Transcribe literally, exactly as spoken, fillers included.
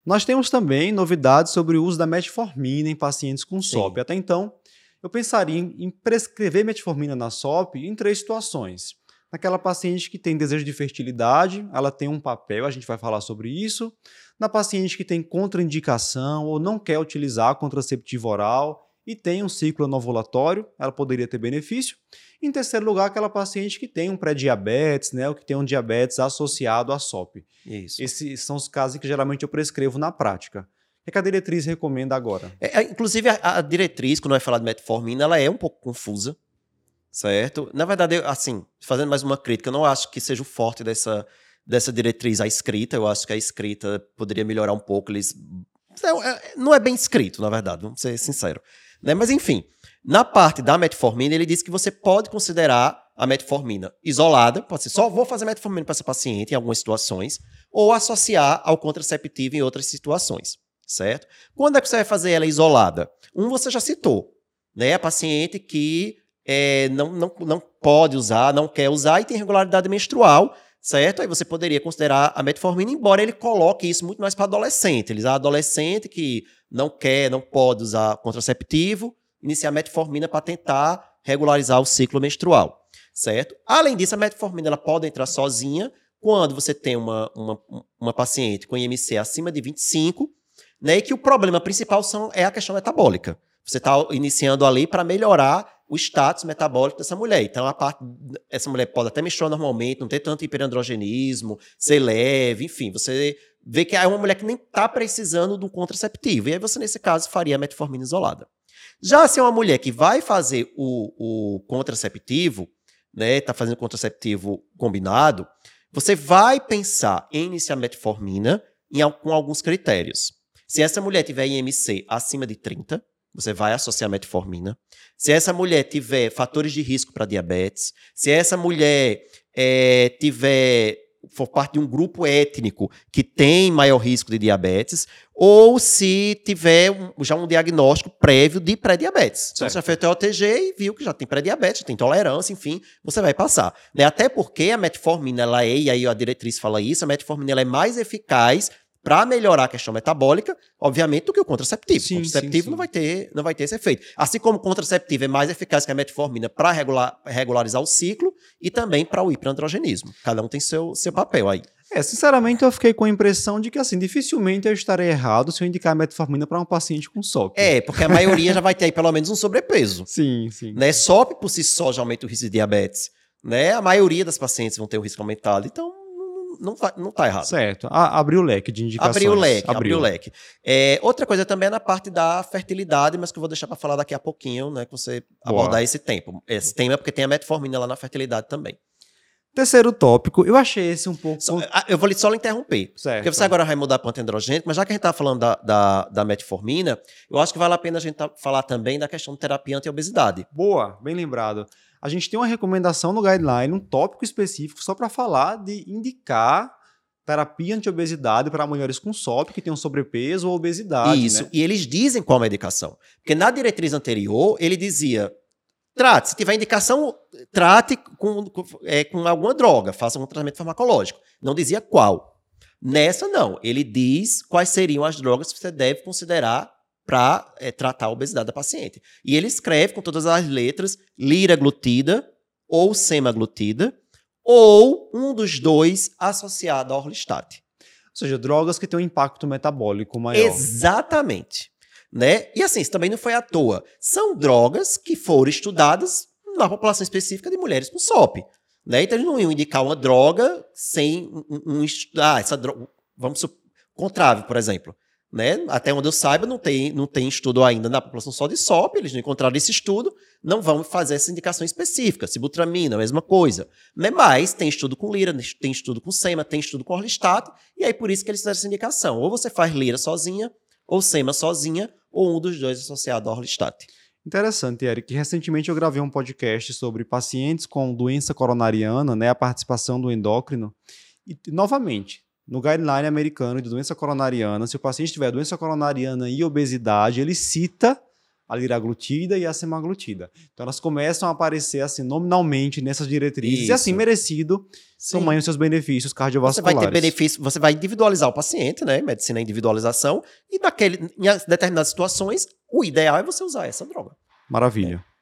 Nós temos também novidades sobre o uso da metformina em pacientes com S O P. Sim. Até então, eu pensaria em prescrever metformina na S O P em três situações. Naquela paciente que tem desejo de fertilidade, ela tem um papel, a gente vai falar sobre isso. Na paciente que tem contraindicação ou não quer utilizar contraceptivo oral e tem um ciclo anovulatório, ela poderia ter benefício. Em terceiro lugar, aquela paciente que tem um pré-diabetes, né, ou que tem um diabetes associado à S O P. Isso. Esses são os casos que geralmente eu prescrevo na prática. O que a diretriz recomenda agora? É, inclusive, a, a diretriz, quando vai falar de metformina, ela é um pouco confusa, certo? Na verdade, eu, assim, fazendo mais uma crítica, eu não acho que seja o forte dessa, dessa diretriz a escrita. Eu acho que a escrita poderia melhorar um pouco. Eles, não é bem escrito, na verdade, vamos ser sinceros. Né? Mas, enfim, na parte da metformina, ele diz que você pode considerar a metformina isolada, pode ser só vou fazer metformina para essa paciente em algumas situações, ou associar ao contraceptivo em outras situações, certo? Quando é que você vai fazer ela isolada? Um, você já citou, né? A paciente que é, não, não, não pode usar, não quer usar e tem irregularidade menstrual, certo? Aí você poderia considerar a metformina, embora ele coloque isso muito mais para adolescente. Ele diz, a adolescente que não quer, não pode usar contraceptivo, iniciar a metformina para tentar regularizar o ciclo menstrual, certo? Além disso, a metformina ela pode entrar sozinha quando você tem uma, uma, uma paciente com I M C acima de vinte e cinco, né, e que o problema principal são, é a questão metabólica. Você está iniciando ali para melhorar o status metabólico dessa mulher. Então, a parte, essa mulher pode até menstruar normalmente, não ter tanto hiperandrogenismo, ser leve, enfim, você vê que é uma mulher que nem está precisando de um contraceptivo. E aí você, nesse caso, faria a metformina isolada. Já se é uma mulher que vai fazer o, o contraceptivo, né, está fazendo contraceptivo combinado, você vai pensar em iniciar a metformina em, com alguns critérios. Se essa mulher tiver I M C acima de trinta, você vai associar a metformina. Se essa mulher tiver fatores de risco para diabetes, se essa mulher é, tiver, for parte de um grupo étnico que tem maior risco de diabetes, ou se tiver um, já um diagnóstico prévio de pré-diabetes. Então, você já fez o T O T G e viu que já tem pré-diabetes, tem intolerância, enfim, você vai passar. Né? Até porque a metformina, ela é, e aí a diretriz fala isso, a metformina ela é mais eficaz para melhorar a questão metabólica, obviamente, do que o contraceptivo. Sim, o contraceptivo sim, sim. Não, vai ter, não vai ter esse efeito. Assim como o contraceptivo é mais eficaz que a metformina para regular, regularizar o ciclo e também para o hiperandrogenismo. Cada um tem seu, seu papel aí. É, sinceramente, eu fiquei com a impressão de que, assim, dificilmente eu estarei errado se eu indicar a metformina para um paciente com S O P. É, porque a maioria já vai ter aí pelo menos um sobrepeso. Sim, sim. Né? S O P por si só já aumenta o risco de diabetes. Né? A maioria das pacientes vão ter o risco aumentado. Então, não, vai, não tá errado. Certo. Ah, abriu o leque de indicações. Abriu o leque, abriu, abriu o leque. É, outra coisa também é na parte da fertilidade, mas que eu vou deixar para falar daqui a pouquinho, né? Que você Boa. abordar esse tempo. Esse tema é porque tem a metformina lá na fertilidade também. Terceiro tópico, eu achei esse um pouco... Só, eu vou só lhe interromper. Certo. Porque você agora vai mudar para o antiandrogênico, mas já que a gente está falando da, da, da metformina, eu acho que vale a pena a gente tá, falar também da questão de terapia anti-obesidade. Boa, bem lembrado. A gente tem uma recomendação no guideline, um tópico específico só para falar de indicar terapia anti-obesidade para mulheres com S O P que tem um sobrepeso ou obesidade. Isso, né? E eles dizem qual medicação. Porque na diretriz anterior, ele dizia... Trate, se tiver indicação, trate com, com, é, com alguma droga, faça um tratamento farmacológico. Não dizia qual. Nessa, não. Ele diz quais seriam as drogas que você deve considerar para é, tratar a obesidade da paciente. E ele escreve com todas as letras liraglutida ou semaglutida ou um dos dois associado à orlistat. Ou seja, drogas que têm um impacto metabólico maior. Exatamente. Né? E assim, isso também não foi à toa. São drogas que foram estudadas na população específica de mulheres com S O P. Né? Então, eles não iam indicar uma droga sem um, um estudo. Ah, essa droga. Vamos supor. Contrave, por exemplo. Né? Até onde eu saiba, não tem, não tem estudo ainda na população só de S O P. Eles não encontraram esse estudo. Não vão fazer essa indicação específica. Sibutramina, a mesma coisa. Né? Mas tem estudo com lira, tem estudo com sema, tem estudo com orlistat. E aí, por isso que eles fizeram essa indicação. Ou você faz lira sozinha, ou sema sozinha, ou um dos dois associado à orlistat. Interessante, Eric. Recentemente eu gravei um podcast sobre pacientes com doença coronariana, né, a participação do endócrino. E, novamente, no guideline americano de doença coronariana, se o paciente tiver doença coronariana e obesidade, ele cita a liraglutida e a semaglutida. Então elas começam a aparecer assim nominalmente nessas diretrizes Isso. e assim merecido tamanho os seus benefícios Você cardiovasculares. vai ter benefício, você vai individualizar o paciente, né? Medicina é individualização, e naquele, em determinadas situações, o ideal é você usar essa droga. Maravilha.